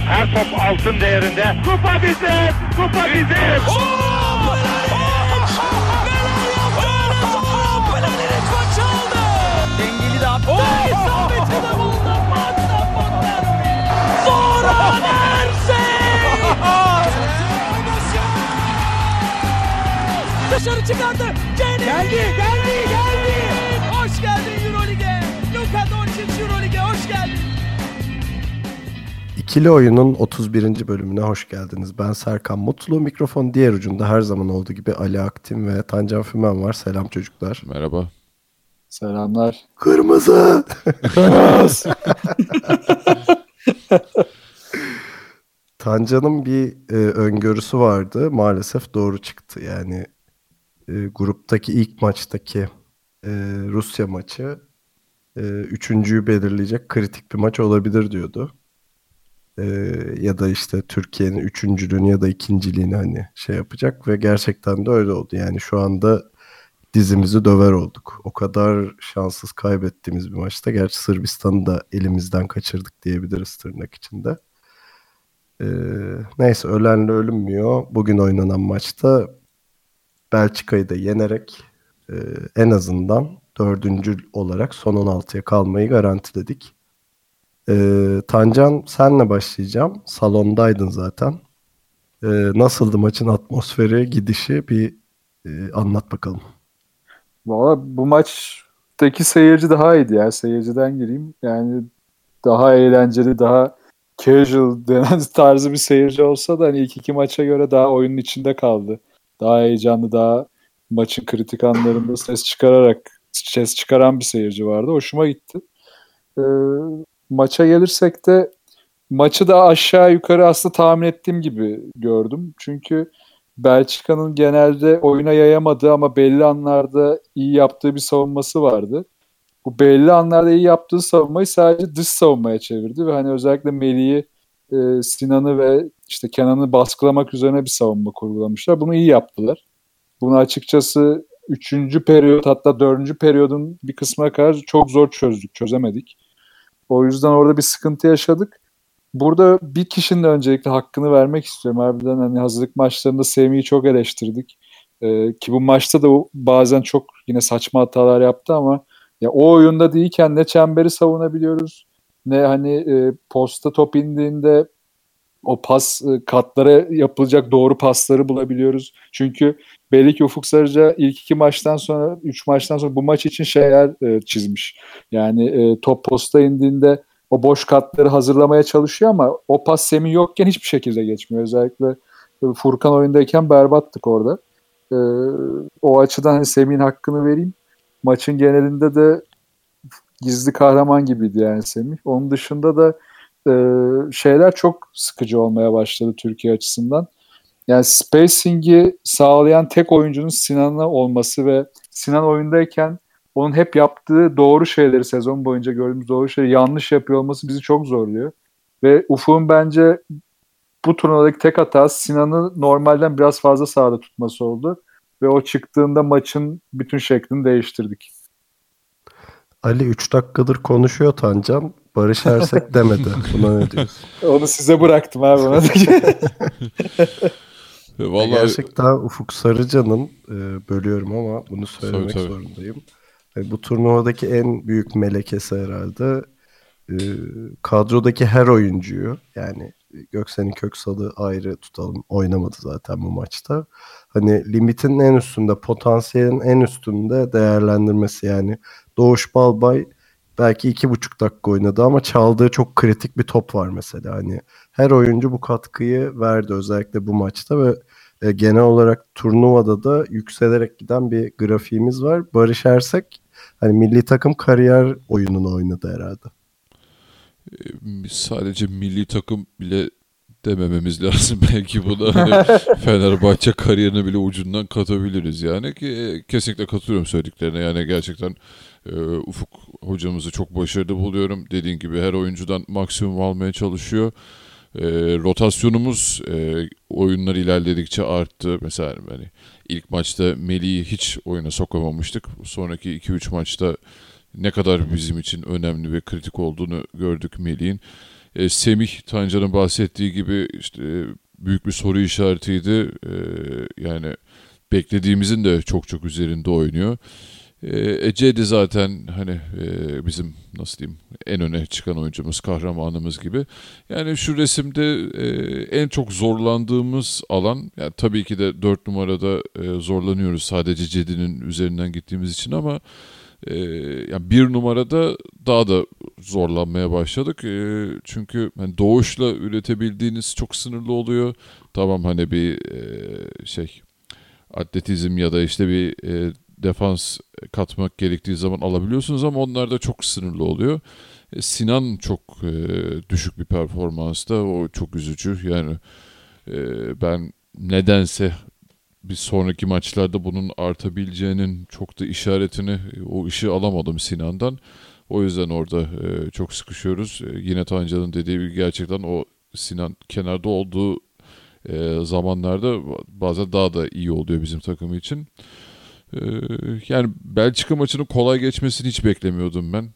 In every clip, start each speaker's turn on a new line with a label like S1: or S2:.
S1: Her top altın değerinde. Kupa bizim, kupa bizim.
S2: Maç aldı. Dengeli de attı. İsabeti de buldu. Maçta Fontaine. Zoran Ersen. Dışarı çıkardı. Geldi. Hoş geldin Eurolig'e. Luka Doncic Eurolig'e hoş geldin.
S3: İkili Oyun'un 31. bölümüne hoş geldiniz. Ben Serkan Mutlu. Mikrofon diğer ucunda her zaman olduğu gibi Ali Aktin ve Tancan Fümen var. Selam çocuklar.
S4: Merhaba.
S5: Selamlar.
S3: Kırmızı! Tancan'ın bir öngörüsü vardı. Maalesef doğru çıktı. Yani gruptaki ilk maçtaki Rusya maçı üçüncüyü belirleyecek kritik bir maç olabilir diyordu. Ya da işte Türkiye'nin üçüncülüğünü ya da ikinciliğini hani şey yapacak ve gerçekten de öyle oldu. Yani şu anda dizimizi döver olduk. O kadar şanssız kaybettiğimiz bir maçta. Gerçi Sırbistan'ı da elimizden kaçırdık diyebiliriz tırnak içinde. Neyse ölenle ölünmüyor. Bugün oynanan maçta Belçika'yı da yenerek en azından dördüncü olarak son 16'ya kalmayı garantiledik. Tancan senle başlayacağım. Salondaydın zaten. Nasıldı maçın atmosferi, gidişi bir anlat bakalım.
S5: Valla bu maçtaki seyirci daha iyiydi ya. Seyirciden gireyim. Yani daha eğlenceli, daha casual denen tarzı bir seyirci olsa da hani ilk iki maça göre daha oyunun içinde kaldı. Daha heyecanlı, daha maçın kritik anlarında ses çıkaran bir seyirci vardı. Hoşuma gitti. Ee, Maça gelirsek de maçı da aşağı yukarı aslında tahmin ettiğim gibi gördüm. Çünkü Belçika'nın genelde oyuna yayamadığı ama belli anlarda iyi yaptığı bir savunması vardı. Bu belli anlarda iyi yaptığı savunmayı sadece dış savunmaya çevirdi ve hani özellikle Melih'i, Sinan'ı ve işte Kenan'ı baskılamak üzerine bir savunma kurgulamışlar. Bunu iyi yaptılar. Bunu açıkçası 3. periyot hatta 4. periyodun bir kısmına kadar çok zor çözemedik. O yüzden orada bir sıkıntı yaşadık. Burada bir kişinin de öncelikle hakkını vermek istiyorum. Harbiden hani hazırlık maçlarında Semih'i çok eleştirdik. Ki bu maçta da bazen çok yine saçma hatalar yaptı ama ya o oyunda değilken ne çemberi savunabiliyoruz ne hani posta top indiğinde o pas katlara yapılacak doğru pasları bulabiliyoruz. Çünkü belli ki Ufuk Sarıca ilk 2 maçtan sonra 3 maçtan sonra bu maç için şeyler çizmiş. Yani top posta indiğinde o boş katları hazırlamaya çalışıyor ama o pas Semih yokken hiçbir şekilde geçmiyor. Özellikle Furkan oyundayken berbattık orada. O açıdan hani Semih'in hakkını vereyim. Maçın genelinde de gizli kahraman gibiydi yani Semih. Onun dışında da şeyler çok sıkıcı olmaya başladı Türkiye açısından. Yani spacing'i sağlayan tek oyuncunun Sinan'la olması ve Sinan oyundayken onun hep yaptığı doğru şeyleri sezon boyunca gördüğümüz doğru şeyleri yanlış yapıyor olması bizi çok zorluyor. Ve Ufuk'un bence bu turnuvadaki tek hatası Sinan'ı normalden biraz fazla sahada tutması oldu. Ve o çıktığında maçın bütün şeklini değiştirdik.
S3: Ali 3 dakikadır konuşuyor Tancan. Barış Ersek demedi. Buna ne diyorsun?
S5: Onu size bıraktım abi.
S4: Vallahi
S3: Gerçekten Ufuk Sarıcan'ın bölüyorum ama bunu söylemek
S4: Tabii.
S3: zorundayım. Bu turnuvadaki en büyük melekesi herhalde kadrodaki her oyuncuyu yani Göksen'in Köksal'ı ayrı tutalım, oynamadı zaten bu maçta. Hani limitin en üstünde, potansiyelin en üstünde değerlendirmesi yani Doğuş Balbay belki 2,5 dakika oynadı ama çaldığı çok kritik bir top var mesela. Hani her oyuncu bu katkıyı verdi özellikle bu maçta ve genel olarak turnuvada da yükselerek giden bir grafiğimiz var. Barış Ersek hani milli takım kariyer oyununu oynadı herhalde.
S4: sadece milli takım bile demememiz lazım. Belki buna hani Fenerbahçe kariyerine bile ucundan katabiliriz. Yani ki kesinlikle katılıyorum söylediklerine. Yani gerçekten Ufuk hocamızı çok başarılı buluyorum. Dediğin gibi her oyuncudan maksimum almaya çalışıyor. Rotasyonumuz oyunlar ilerledikçe arttı. Mesela hani ilk maçta Melih'i hiç oyuna sokamamıştık. Sonraki 2-3 maçta ne kadar bizim için önemli ve kritik olduğunu gördük Melih'in. Semih Tancan'ın bahsettiği gibi işte büyük bir soru işaretiydi. Yani beklediğimizin de çok çok üzerinde oynuyor. Cedi zaten hani bizim nasıl diyeyim en öne çıkan oyuncumuz, kahramanımız gibi. Yani şu resimde en çok zorlandığımız alan, yani tabii ki de 4 numarada zorlanıyoruz sadece Cedi'nin üzerinden gittiğimiz için ama yani 1 numarada daha da zorlanmaya başladık. Çünkü hani doğuşla üretebildiğiniz çok sınırlı oluyor. Tamam hani bir atletizm ya da işte bir defans katmak gerektiği zaman alabiliyorsunuz ama onlar da çok sınırlı oluyor. Sinan çok düşük bir performansta, o çok üzücü. Yani ben nedense bir sonraki maçlarda bunun artabileceğinin çok da işaretini, o ışığı alamadım Sinan'dan. O yüzden orada çok sıkışıyoruz. Yine Tancan'ın dediği gibi gerçekten o Sinan kenarda olduğu zamanlarda bazen daha da iyi oluyor bizim takım için. Yani Belçika maçının kolay geçmesini hiç beklemiyordum ben.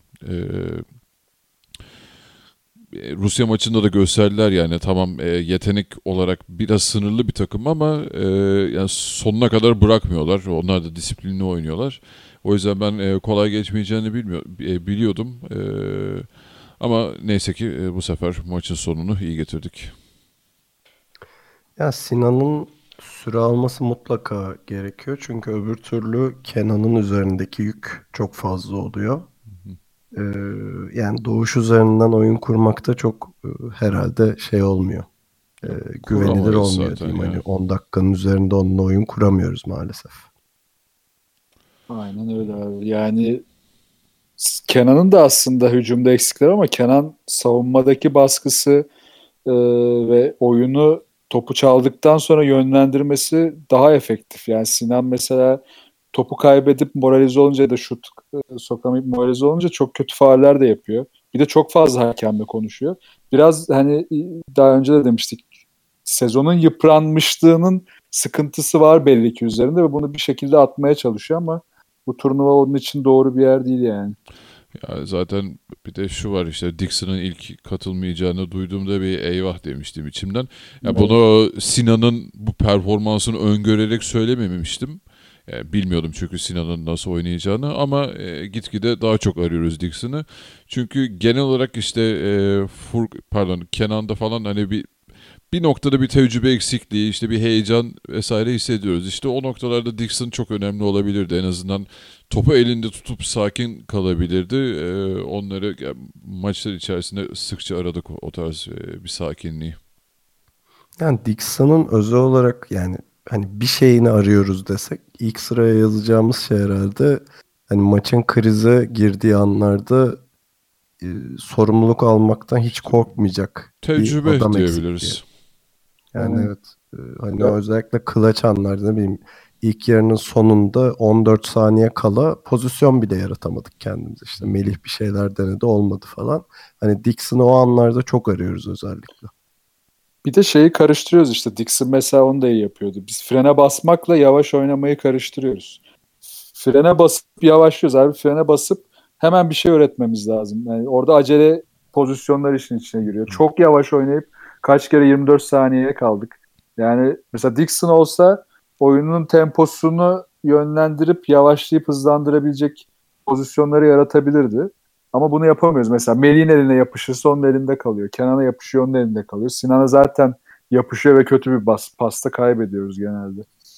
S4: Rusya maçında da gösterdiler yani tamam yetenek olarak biraz sınırlı bir takım ama yani sonuna kadar bırakmıyorlar. Onlar da disiplinli oynuyorlar. O yüzden ben kolay geçmeyeceğini biliyordum. Ama neyse ki bu sefer maçın sonunu iyi getirdik.
S3: Ya Sinan'ın süre alması mutlaka gerekiyor. Çünkü öbür türlü Kenan'ın üzerindeki yük çok fazla oluyor. Ee, Yani doğuş üzerinden oyun kurmakta çok herhalde şey olmuyor. Güvenilir
S4: Kuramayız
S3: olmuyor
S4: zaten
S3: diyeyim. Hani
S4: yani.
S3: 10 dakikanın üzerinde onunla oyun kuramıyoruz maalesef.
S5: Aynen öyle abi. Yani Kenan'ın da aslında hücumda eksikleri ama Kenan savunmadaki baskısı ve oyunu topu çaldıktan sonra yönlendirmesi daha efektif. Yani Sinan mesela topu kaybedip moralize olunca ya da şut sokamayıp moralize olunca çok kötü fauller de yapıyor. Bir de çok fazla hakemle konuşuyor. Biraz hani daha önce de demiştik, sezonun yıpranmışlığının sıkıntısı var belli ki üzerinde ve bunu bir şekilde atmaya çalışıyor ama bu turnuva onun için doğru bir yer değil yani.
S4: Ya zaten bir de şu var, işte Dixon'ın ilk katılmayacağını duyduğumda bir eyvah demiştim içimden. Ya bunu Sinan'ın bu performansını öngörerek söylememiştim. Yani bilmiyordum çünkü Sinan'ın nasıl oynayacağını ama gitgide daha çok arıyoruz Dixon'ı. Çünkü genel olarak işte Kenan'da falan hani bir noktada bir tecrübe eksikliği, işte bir heyecan vesaire hissediyoruz. İşte o noktalarda Dixon çok önemli olabilirdi. En azından topu elinde tutup sakin kalabilirdi. Onları yani, maçlar içerisinde sıkça aradık o tarz bir sakinliği.
S3: Yani Dixon'ın özel olarak yani hani bir şeyini arıyoruz desek ilk sıraya yazacağımız şey herhalde hani maçın krize girdiği anlarda sorumluluk almaktan hiç korkmayacak bir
S4: Tecrübe
S3: adam eksikliği.
S4: diyebiliriz.
S3: Yani
S5: Evet.
S3: evet hani özellikle clutch anlarda ne bileyim ilk yarının sonunda 14 saniye kala pozisyon bile yaratamadık kendimize. İşte Melih bir şeyler denedi olmadı falan. Hani Dixon'ı o anlarda çok arıyoruz özellikle.
S5: Bir de şeyi karıştırıyoruz işte. Dixon mesela onu da iyi yapıyordu. Biz frene basmakla yavaş oynamayı karıştırıyoruz. Frene basıp yavaşlıyoruz abi. Frene basıp hemen bir şey öğretmemiz lazım. Yani orada acele pozisyonlar işin içine giriyor. Çok yavaş oynayıp kaç kere 24 saniyeye kaldık. Yani mesela Dixon olsa oyunun temposunu yönlendirip yavaşlayıp hızlandırabilecek pozisyonları yaratabilirdi. Ama bunu yapamıyoruz. Mesela Melih'in eline yapışırsa onun elinde kalıyor. Kenan'a yapışıyor, onun elinde kalıyor. Sinan'a zaten yapışıyor ve kötü bir pasta kaybediyoruz genelde.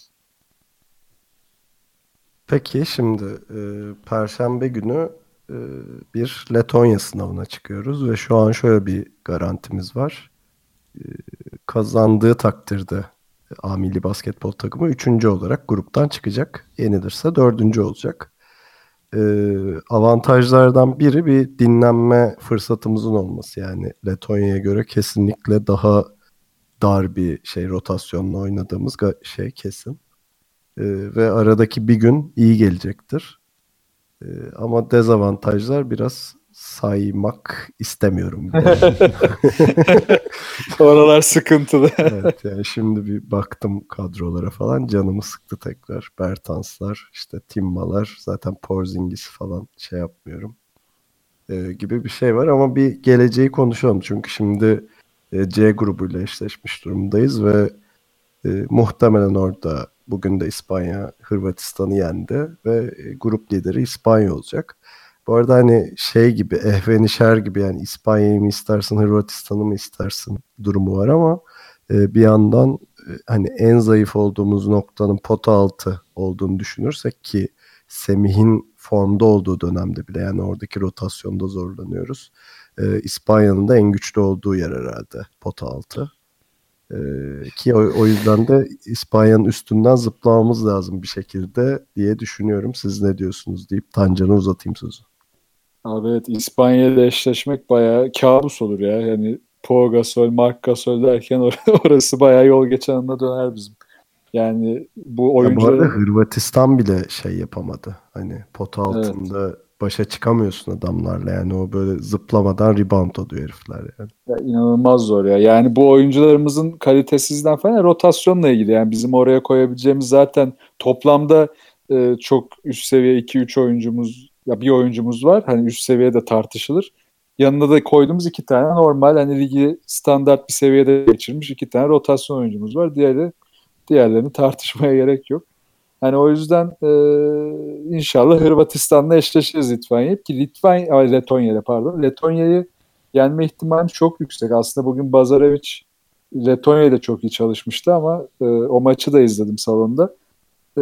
S3: Peki şimdi Perşembe günü e, bir Letonya sınavına çıkıyoruz ve şu an şöyle bir garantimiz var. Kazandığı takdirde A Milli Basketbol takımı üçüncü olarak gruptan çıkacak. Yenilirse dördüncü olacak. Avantajlardan biri bir dinlenme fırsatımızın olması. Yani Letonya'ya göre kesinlikle daha dar bir rotasyonla oynadığımız şey kesin. Ve aradaki bir gün iyi gelecektir. Ama dezavantajlar biraz saymak istemiyorum bile.
S5: Oralar sıkıntılı.
S3: Evet yani şimdi bir baktım kadrolara falan canımı sıktı tekrar. Bertanslar, işte Timmalar, zaten Porzingis falan şey yapmıyorum. gibi bir şey var ama bir geleceği konuşalım. Çünkü şimdi C grubuyla eşleşmiş durumdayız ve muhtemelen orada bugün de İspanya Hırvatistan'ı yendi ve grup lideri İspanya olacak. Bu arada hani şey gibi ehvenişer gibi yani İspanya'yı mı istersin Hırvatistan'ı mı istersin durumu var ama bir yandan hani en zayıf olduğumuz noktanın pota altı olduğunu düşünürsek ki Semih'in formda olduğu dönemde bile yani oradaki rotasyonda zorlanıyoruz. İspanya'nın da en güçlü olduğu yer herhalde pota altı. Ki o yüzden de İspanya'nın üstünden zıplamamız lazım bir şekilde diye düşünüyorum. Siz ne diyorsunuz deyip Tancan'a uzatayım sözü.
S5: Abi evet, İspanya ile eşleşmek bayağı kabus olur ya. Yani Pau Gasol, Marc Gasol derken orası bayağı yol geçen anda döner bizim. Yani bu
S3: Ya bu arada
S5: oyuncuların
S3: Hırvatistan bile şey yapamadı. Hani pota
S5: evet,
S3: altında başa çıkamıyorsun adamlarla. Yani o böyle zıplamadan rebound alıyor herifler yani.
S5: ya inanılmaz zor ya. Yani bu oyuncularımızın kalitesizden falan rotasyonla ilgili. Yani bizim oraya koyabileceğimiz zaten toplamda çok üst seviye 2-3 oyuncumuz ya bir oyuncumuz var. Hani üst seviyede tartışılır. Yanına da koyduğumuz 2 tane normal hani ligi standart bir seviyede geçirmiş 2 tane rotasyon oyuncumuz var. Diğerlerini tartışmaya gerek yok. Hani o yüzden inşallah Hırvatistan'la eşleşiriz Litvanya'yı ki Letonya'yla pardon. Letonya'yı yenme ihtimali çok yüksek. Aslında bugün Bazarevic Letonya'yla çok iyi çalışmıştı ama o maçı da izledim salonda. E,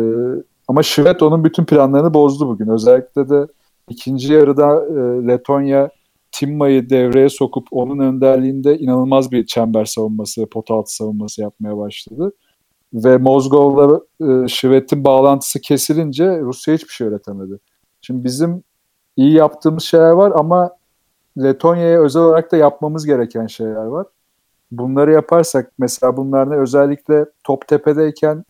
S5: Ama Şvet onun bütün planlarını bozdu bugün. Özellikle de ikinci yarıda Letonya Timma'yı devreye sokup onun önderliğinde inanılmaz bir çember savunması, pot altı savunması yapmaya başladı. Ve Mozgov'la Şvet'in bağlantısı kesilince Rusya hiçbir şey öğretemedi. Şimdi bizim iyi yaptığımız şeyler var ama Letonya'ya özel olarak da yapmamız gereken şeyler var. Bunları yaparsak mesela bunlar ne? Özellikle top tepedeyken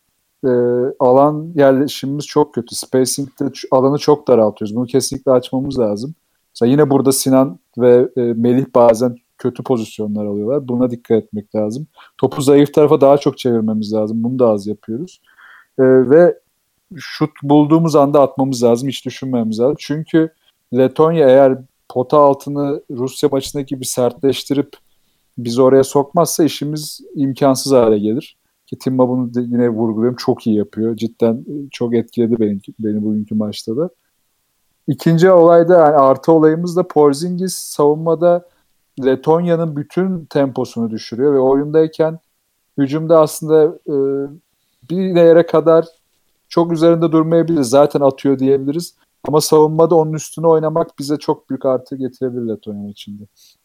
S5: alan yerleşimimiz çok kötü. Spacing'de alanı çok daraltıyoruz. Bunu kesinlikle açmamız lazım. Mesela yine burada Sinan ve Melih bazen kötü pozisyonlar alıyorlar. Buna dikkat etmek lazım. Topu zayıf tarafa daha çok çevirmemiz lazım. Bunu da az yapıyoruz. Ve şut bulduğumuz anda atmamız lazım. Hiç düşünmememiz lazım. Çünkü Letonya eğer pota altını Rusya maçındaki gibi sertleştirip bizi oraya sokmazsa işimiz imkansız hale gelir. Ki Timma bunu yine vurguluyorum. Çok iyi yapıyor. Cidden çok etkiledi beni bugünkü maçta da. İkinci olayda yani artı olayımız da Porzingis savunmada Letonya'nın bütün temposunu düşürüyor ve oyundayken hücumda aslında bir yere kadar çok üzerinde durmayabiliriz. Zaten atıyor diyebiliriz. Ama savunmada onun üstüne oynamak bize çok büyük artı getirebilir Letonya içinde.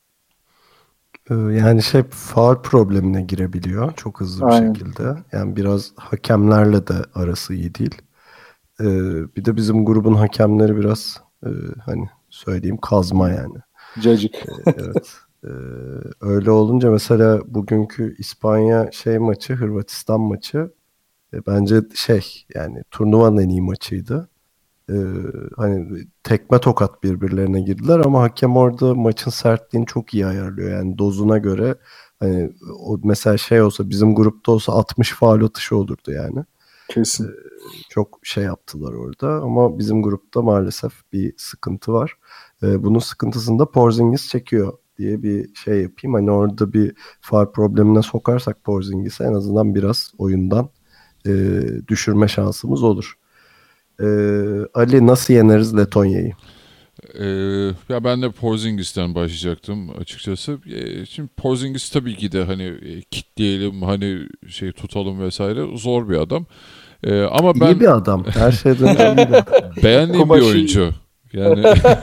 S3: Yani faul problemine girebiliyor çok hızlı bir
S5: Aynen.
S3: şekilde. Yani biraz hakemlerle de arası iyi değil. Bir de bizim grubun hakemleri biraz hani söyleyeyim kazma yani.
S5: Cacık.
S3: Evet. Öyle olunca mesela bugünkü İspanya maçı, Hırvatistan maçı bence yani turnuvanın en iyi maçıydı. Hani tekme tokat birbirlerine girdiler ama hakem orada maçın sertliğini çok iyi ayarlıyor. Yani dozuna göre hani o mesela olsa bizim grupta olsa 60 faul atışı olurdu yani.
S5: Kesin.
S3: Çok yaptılar orada ama bizim grupta maalesef bir sıkıntı var. Bunun sıkıntısını da Porzingis çekiyor diye bir yapayım. Hani orada bir faul problemine sokarsak Porzingis'i en azından biraz oyundan düşürme şansımız olur. Ali nasıl yeneriz Letonya'yı?
S4: Ya ben de Porzingis'ten başlayacaktım açıkçası. Şimdi Porzingis tabii ki de hani kitleyelim, hani tutalım vesaire zor bir adam. Ama ben
S3: İyi bir adam. Her şeyden iyi bir adam.
S4: beğendiğim bir oyuncu. Yani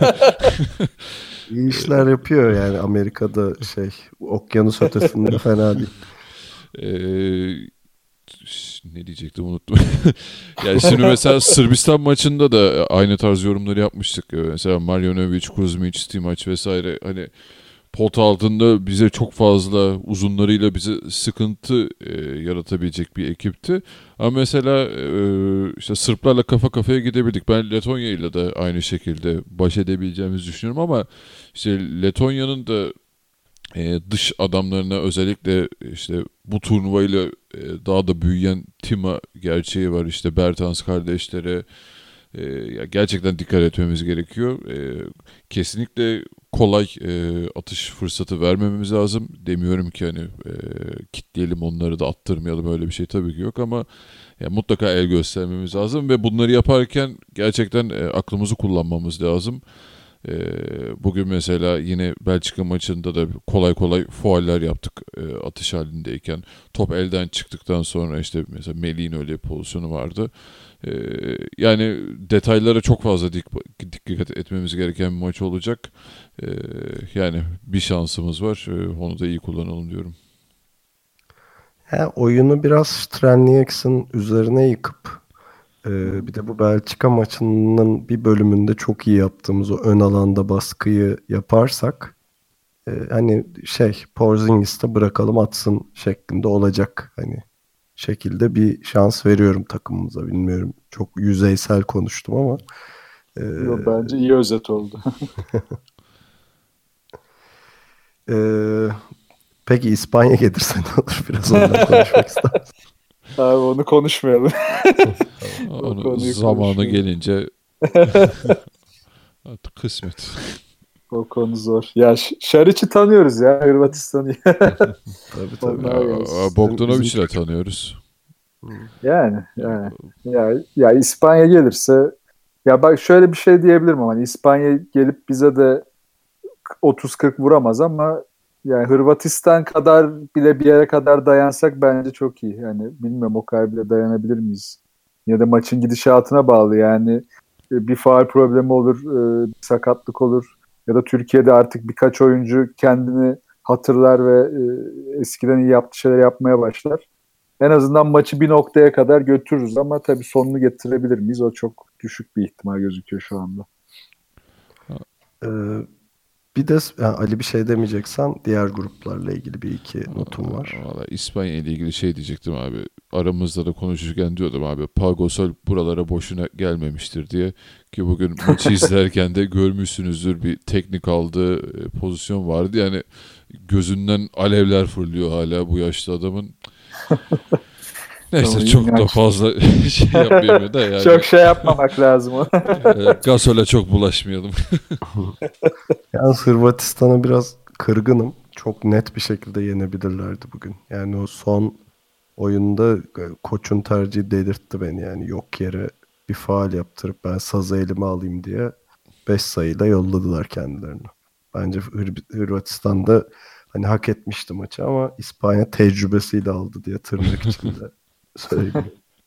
S3: İyi işler yapıyor yani Amerika'da okyanus ötesinde fena değil.
S4: Ne diyecektim unuttum. Yani şimdi mesela Sırbistan maçında da aynı tarz yorumları yapmıştık. Mesela Marjanovic, Kuzmic, Stimac vesaire hani pot altında bize çok fazla uzunlarıyla bize sıkıntı yaratabilecek bir ekipti. Ama mesela Sırplarla kafa kafaya gidebildik. Ben Letonya ile de aynı şekilde baş edebileceğimizi düşünüyorum ama Letonya'nın da dış adamlarına özellikle bu turnuvayla daha da büyüyen Tima gerçeği var. Bertans kardeşleri, Ya gerçekten dikkat etmemiz gerekiyor. Kesinlikle kolay atış fırsatı vermememiz lazım. Demiyorum ki hani kitleyelim onları da attırmayalım, öyle bir şey tabii ki yok ama ya mutlaka el göstermemiz lazım ve bunları yaparken gerçekten aklımızı kullanmamız lazım. Bugün mesela yine Belçika maçında da kolay kolay fauller yaptık atış halindeyken. Top elden çıktıktan sonra işte mesela Melih'in öyle bir pozisyonu vardı. Yani detaylara çok fazla dikkat etmemiz gereken bir maç olacak. Yani bir şansımız var. Onu da iyi kullanalım diyorum.
S3: Oyunu biraz Strelniaks'ın üzerine yıkıp bir de bu Belçika maçının bir bölümünde çok iyi yaptığımız o ön alanda baskıyı yaparsak hani Porzingis'te bırakalım atsın şeklinde olacak hani şekilde bir şans veriyorum takımımıza. Bilmiyorum, çok yüzeysel konuştum ama
S5: Yo, bence iyi özet oldu.
S3: peki İspanya gelirse ne olur? Biraz ondan konuşmak ister misin?
S5: Abi onu konuşmayalım.
S4: Onu zamanı gelince artık kısmet.
S5: O konu zor. Ya Şariç'i tanıyoruz ya, Hırvatistan'ı.
S3: Tabii.
S4: Bogdanovic'i de tanıyoruz.
S5: Yani. Ya İspanya gelirse, ya bak şöyle bir şey diyebilirim ama hani İspanya gelip bize de 30-40 vuramaz ama yani Hırvatistan kadar bile bir yere kadar dayansak bence çok iyi. Yani bilmiyorum, o kadar bile dayanabilir miyiz? Ya da maçın gidişatına bağlı yani. Bir faul problemi olur, bir sakatlık olur. Ya da Türkiye'de artık birkaç oyuncu kendini hatırlar ve eskiden iyi yaptığı şeyler yapmaya başlar. En azından maçı bir noktaya kadar götürürüz ama tabii sonunu getirebilir miyiz? O çok düşük bir ihtimal gözüküyor şu anda.
S3: Bir de Ali bir şey demeyeceksen diğer gruplarla ilgili bir iki notum var.
S4: Valla İspanya ile ilgili şey diyecektim abi. Aramızda da konuşurken diyordum abi. Pau Gasol buralara boşuna gelmemiştir diye. Ki bugün maçı izlerken de görmüşsünüzdür, bir teknik aldığı pozisyon vardı. Yani gözünden alevler fırlıyor hala bu yaşlı adamın. Neyse
S5: Tamam,
S4: çok da fazla şey yapmayayım da yani.
S5: Çok şey yapmamak lazım o.
S4: Gasol'e çok bulaşmayalım.
S3: Yalnız Hırvatistan'a biraz kırgınım. Çok net bir şekilde yenebilirlerdi bugün. Yani o son oyunda koçun tercihi delirtti beni yani. Yok yere bir faul yaptırıp ben sazı elime alayım diye 5 sayıyla yolladılar kendilerini. Bence Hırvatistan'da hani hak etmişti maçı ama İspanya tecrübesiyle aldı diye tırnak içinde söyleyeyim.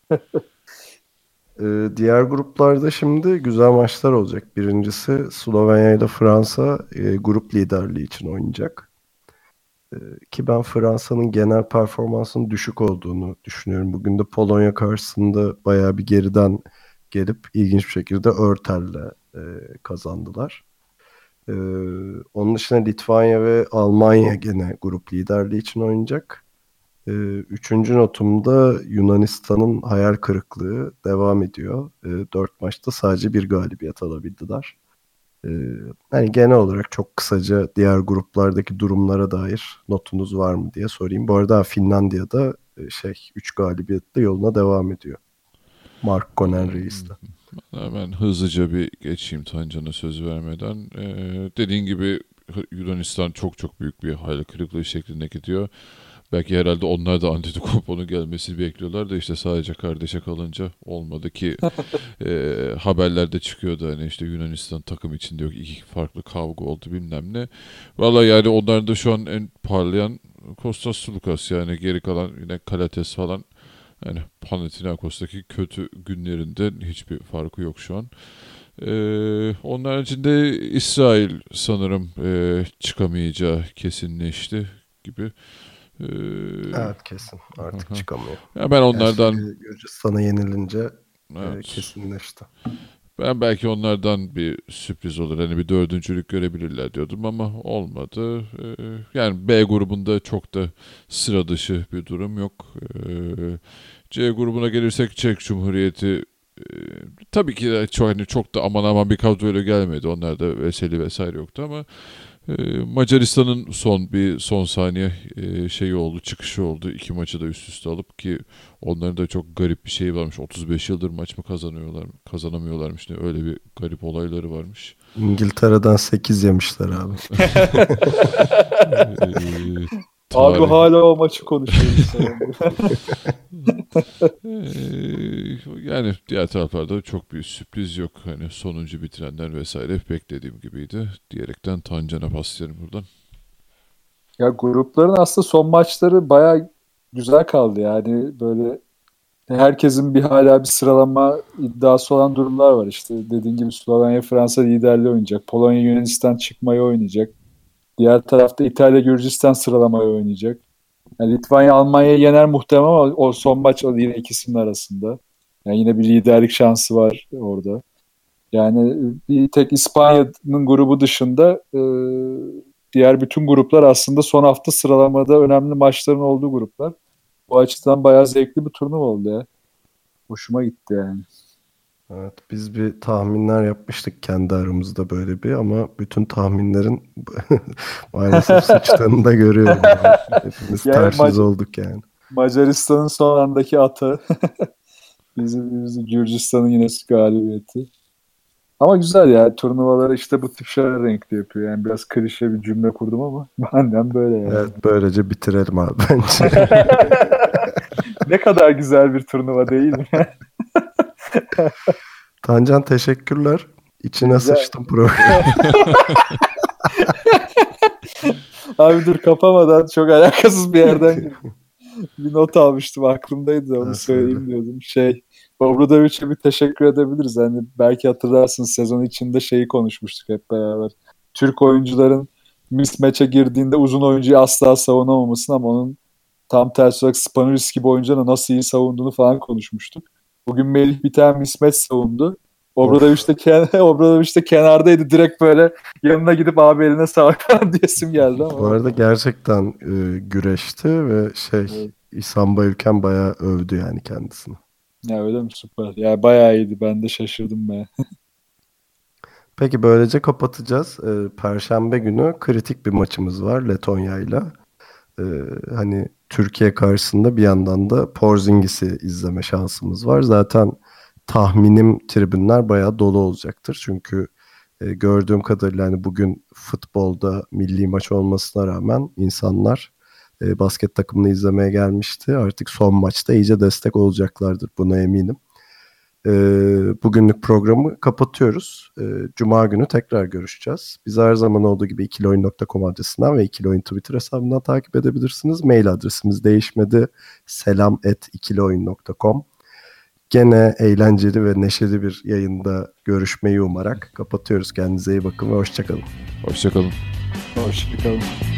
S3: Diğer gruplarda şimdi güzel maçlar olacak. Birincisi Slovenya ile Fransa grup liderliği için oynayacak. Ki ben Fransa'nın genel performansının düşük olduğunu düşünüyorum. Bugün de Polonya karşısında bayağı bir geriden gelip ilginç bir şekilde Örtel'le kazandılar. Onun dışında Litvanya ve Almanya gene grup liderliği için oynayacak. Üçüncü notumda Yunanistan'ın hayal kırıklığı devam ediyor. 4 maçta sadece bir galibiyet alabildiler. Yani genel olarak çok kısaca diğer gruplardaki durumlara dair notunuz var mı diye sorayım. Bu arada Finlandiya'da 3 galibiyetle yoluna devam ediyor. Mark Konen reisle.
S4: Ben hızlıca bir geçeyim Tancan'a söz vermeden. Dediğin gibi Yunanistan çok çok büyük bir hayal kırıklığı şeklinde gidiyor. Belki herhalde onlar da Antetokounmpo'nun gelmesini bekliyorlar da işte sadece kardeşe kalınca olmadı ki haberlerde çıkıyordu hani işte Yunanistan takım içinde yok, iki farklı kavga oldu bilmem ne. Vallahi yani onların da şu an en parlayan Kostas Sulukas, yani geri kalan yine Kalates falan. Yani Panathinaikos'taki kötü günlerinde hiçbir farkı yok şu an. Onun haricinde İsrail sanırım çıkamayacağı kesinleşti gibi.
S3: Evet, kesin artık çıkamıyor.
S4: Ya ben onlardan
S3: Gürcistan'a yenilince
S4: evet,
S3: kesinleşti.
S4: Ben belki onlardan bir sürpriz olur. Hani bir dördüncülük görebilirler diyordum ama olmadı. Yani B grubunda çok da sıra dışı bir durum yok. C grubuna gelirsek Çek Cumhuriyeti tabii ki de çok da aman aman bir kadroyla gelmedi. Onlar da Veseli vesaire yoktu ama Macaristan'ın son saniye şeyi oldu, çıkışı oldu. 2 maçı da üst üste alıp ki onların da çok garip bir şey varmış. 35 yıldır maç mı kazanamıyorlarmış ne öyle bir garip olayları varmış.
S3: İngiltere'den 8 yemişler abi.
S5: Abi hala o maçı konuşuyoruz.
S4: Yani diğer taraflarda çok büyük sürpriz yok. Hani sonuncu bitirenler vesaire beklediğim gibiydi diyerekten Tancan'a paslıyorum buradan.
S5: Ya grupların aslında son maçları baya güzel kaldı yani böyle herkesin hala bir sıralama iddiası olan durumlar var. İşte dediğin gibi Slovenya Fransa liderliği oynayacak. Polonya Yunanistan çıkmayı oynayacak. Diğer tarafta İtalya Gürcistan sıralamayı oynayacak. Yani Litvanya Almanya'yı yener muhtemelen ama o son maç o yine ikisinin arasında. Yani yine bir liderlik şansı var orada. Yani bir tek İspanya'nın grubu dışında diğer bütün gruplar aslında son hafta sıralamada önemli maçların olduğu gruplar. Bu açıdan bayağı zevkli bir turnuva oldu ya. Hoşuma gitti yani.
S3: Evet, biz bir tahminler yapmıştık kendi aramızda böyle bir ama bütün tahminlerin maalesef sıçtığını da görüyorum. Yani. Hepimiz
S5: Yani
S3: tersiz olduk yani.
S5: Macaristan'ın son andaki atı. Bizim Gürcistan'ın yine galibiyeti. Ama güzel ya. Turnuvaları işte bu tip şeyler renkli yapıyor. Yani biraz klişe bir cümle kurdum ama benden böyle yani.
S3: Evet, böylece bitirelim abi bence.
S5: Ne kadar güzel bir turnuva değil mi?
S3: Tancan teşekkürler. İçine
S5: Güzel.
S3: sıçtım program.
S5: Abi dur kapamadan çok alakasız bir yerden bir not almıştım. Aklımdaydı da onu söyleyeyim diyordum. Obradovic'e bir teşekkür edebiliriz. Hani belki hatırlarsınız sezon içinde şeyi konuşmuştuk hep beraber. Türk oyuncuların mismatch'e girdiğinde uzun oyuncuyu asla savunamamasını ama onun tam tersi olarak Spanulis gibi oyuncuların nasıl iyi savunduğunu falan konuşmuştuk. Bugün Melih bir tane mismatch savundu. Obradovic de kenardaydı. Direkt böyle yanına gidip abi eline sağlık falan diyesim geldi ama.
S3: Bu arada gerçekten güreşti ve evet. İhsan Bayülken bayağı övdü yani kendisini.
S5: Ya öyle mi? Süper. Ya bayağı iyiydi. Ben de şaşırdım be.
S3: Peki böylece kapatacağız. Perşembe günü kritik bir maçımız var Letonya'yla. Hani Türkiye karşısında bir yandan da Porzingis'i izleme şansımız var. Zaten tahminim tribünler bayağı dolu olacaktır. Çünkü gördüğüm kadarıyla hani bugün futbolda milli maç olmasına rağmen insanlar basket takımını izlemeye gelmişti. Artık son maçta iyice destek olacaklardır. Buna eminim. Bugünlük programı kapatıyoruz. Cuma günü tekrar görüşeceğiz. Bizi her zaman olduğu gibi ikiloyun.com adresinden ve ikiloyun Twitter hesabından takip edebilirsiniz. Mail adresimiz değişmedi. selam@ikiloyun.com. Gene eğlenceli ve neşeli bir yayında görüşmeyi umarak kapatıyoruz. Kendinize iyi bakın ve hoşçakalın.
S4: Hoşçakalın.
S5: Hoşçakalın.